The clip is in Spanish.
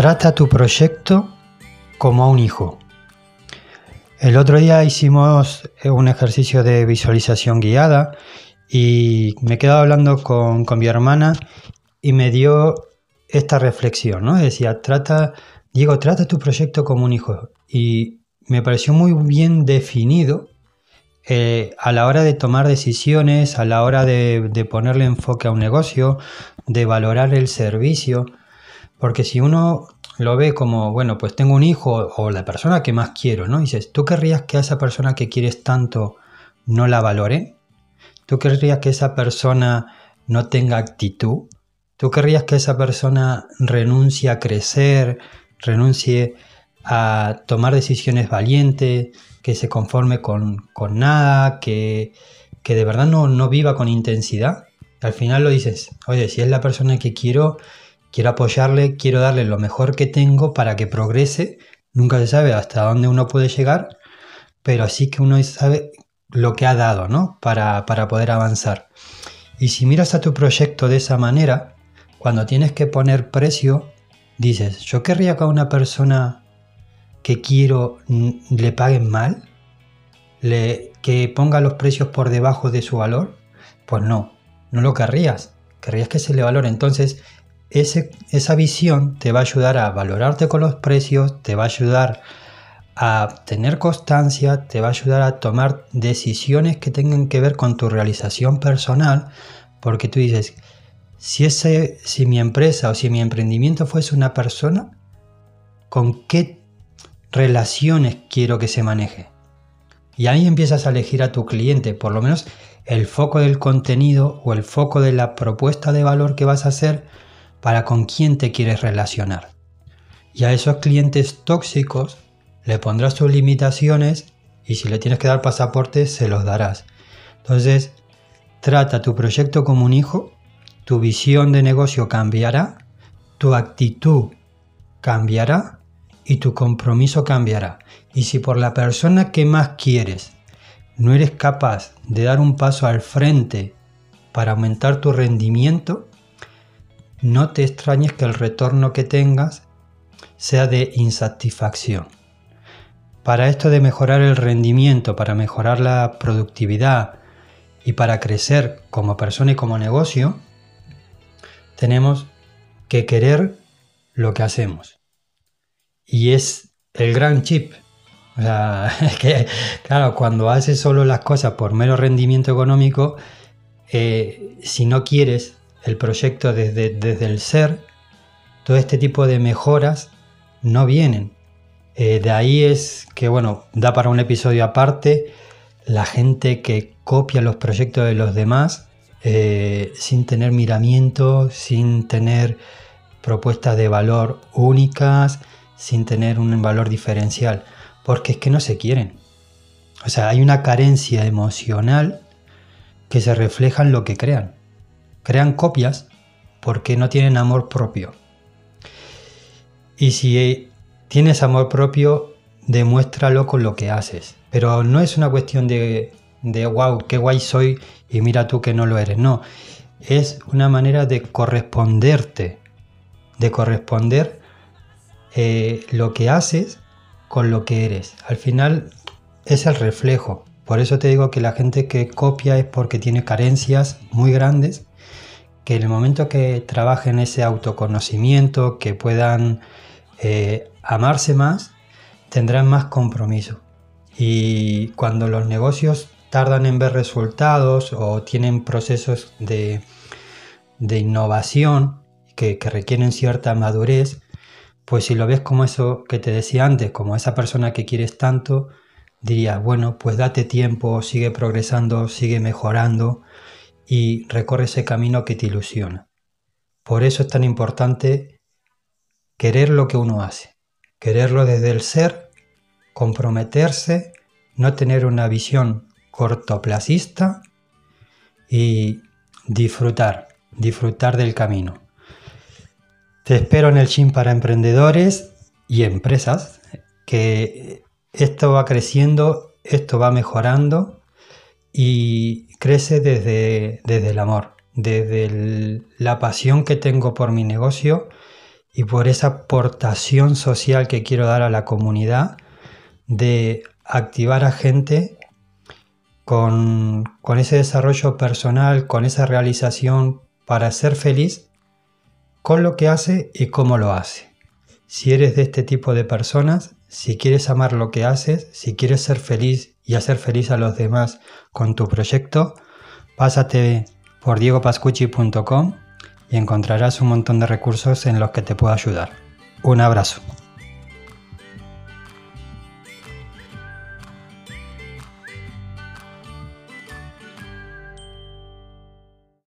Trata tu proyecto como a un hijo. El otro día hicimos un ejercicio de visualización guiada y me quedaba hablando con mi hermana y me dio esta reflexión, ¿no? Decía, Diego, trata tu proyecto como un hijo. Y me pareció muy bien definido a la hora de tomar decisiones, a la hora de ponerle enfoque a un negocio, de valorar el servicio. Porque si uno lo ve como, bueno, pues tengo un hijo o la persona que más quiero, ¿no? Y dices, ¿tú querrías que a esa persona que quieres tanto no la valore? ¿Tú querrías que esa persona no tenga actitud? ¿Tú querrías que esa persona renuncie a crecer, renuncie a tomar decisiones valientes, que se conforme con nada, que de verdad no viva con intensidad? Al final lo dices, oye, si es la persona que quiero apoyarle, quiero darle lo mejor que tengo para que progrese. Nunca se sabe hasta dónde uno puede llegar, pero sí que uno sabe lo que ha dado, ¿no? Para poder avanzar. Y si miras a tu proyecto de esa manera, cuando tienes que poner precio, dices, ¿yo querría que a una persona que quiero le paguen mal? ¿Que ponga los precios por debajo de su valor? Pues no lo querrías. Querrías que se le valore. Entonces, esa visión te va a ayudar a valorarte con los precios, te va a ayudar a tener constancia, te va a ayudar a tomar decisiones que tengan que ver con tu realización personal, porque tú dices, si mi empresa o si mi emprendimiento fuese una persona, ¿con qué relaciones quiero que se maneje? Y ahí empiezas a elegir a tu cliente, por lo menos el foco del contenido o el foco de la propuesta de valor que vas a hacer para con quién te quieres relacionar. Y a esos clientes tóxicos le pondrás sus limitaciones y si le tienes que dar pasaporte, se los darás. Entonces, trata tu proyecto como un hijo, tu visión de negocio cambiará, tu actitud cambiará y tu compromiso cambiará. Y si por la persona que más quieres no eres capaz de dar un paso al frente para aumentar tu rendimiento, no te extrañes que el retorno que tengas sea de insatisfacción. Para esto de mejorar el rendimiento, para mejorar la productividad y para crecer como persona y como negocio, tenemos que querer lo que hacemos. Y es el gran chip. O sea, es que, claro, cuando haces solo las cosas por mero rendimiento económico, si no quieres el proyecto desde el ser, todo este tipo de mejoras no vienen. De ahí es que, bueno, da para un episodio aparte la gente que copia los proyectos de los demás sin tener miramiento, sin tener propuestas de valor únicas, sin tener un valor diferencial, porque es que no se quieren. O sea, hay una carencia emocional que se refleja en lo que crean. Crean copias porque no tienen amor propio. Y si tienes amor propio, demuéstralo con lo que haces. Pero no es una cuestión de wow, qué guay soy y mira tú que no lo eres. No, es una manera de corresponderte, de corresponder lo que haces con lo que eres. Al final es el reflejo. Por eso te digo que la gente que copia es porque tiene carencias muy grandes, que en el momento que trabajen ese autoconocimiento, que puedan amarse más, tendrán más compromiso. Y cuando los negocios tardan en ver resultados o tienen procesos de innovación que requieren cierta madurez, pues si lo ves como eso que te decía antes, como esa persona que quieres tanto, dirías, bueno, pues date tiempo, sigue progresando, sigue mejorando y recorre ese camino que te ilusiona. Por eso es tan importante querer lo que uno hace, quererlo desde el ser, comprometerse, no tener una visión cortoplacista y disfrutar del camino. Te espero en el Gym para emprendedores y empresas, que esto va creciendo, esto va mejorando y crece desde el amor, desde la pasión que tengo por mi negocio y por esa aportación social que quiero dar a la comunidad, de activar a gente con ese desarrollo personal, con esa realización para ser feliz con lo que hace y cómo lo hace. Si eres de este tipo de personas, si quieres amar lo que haces, si quieres ser feliz y hacer feliz a los demás con tu proyecto, pásate por diegopascucci.com y encontrarás un montón de recursos en los que te puedo ayudar. Un abrazo.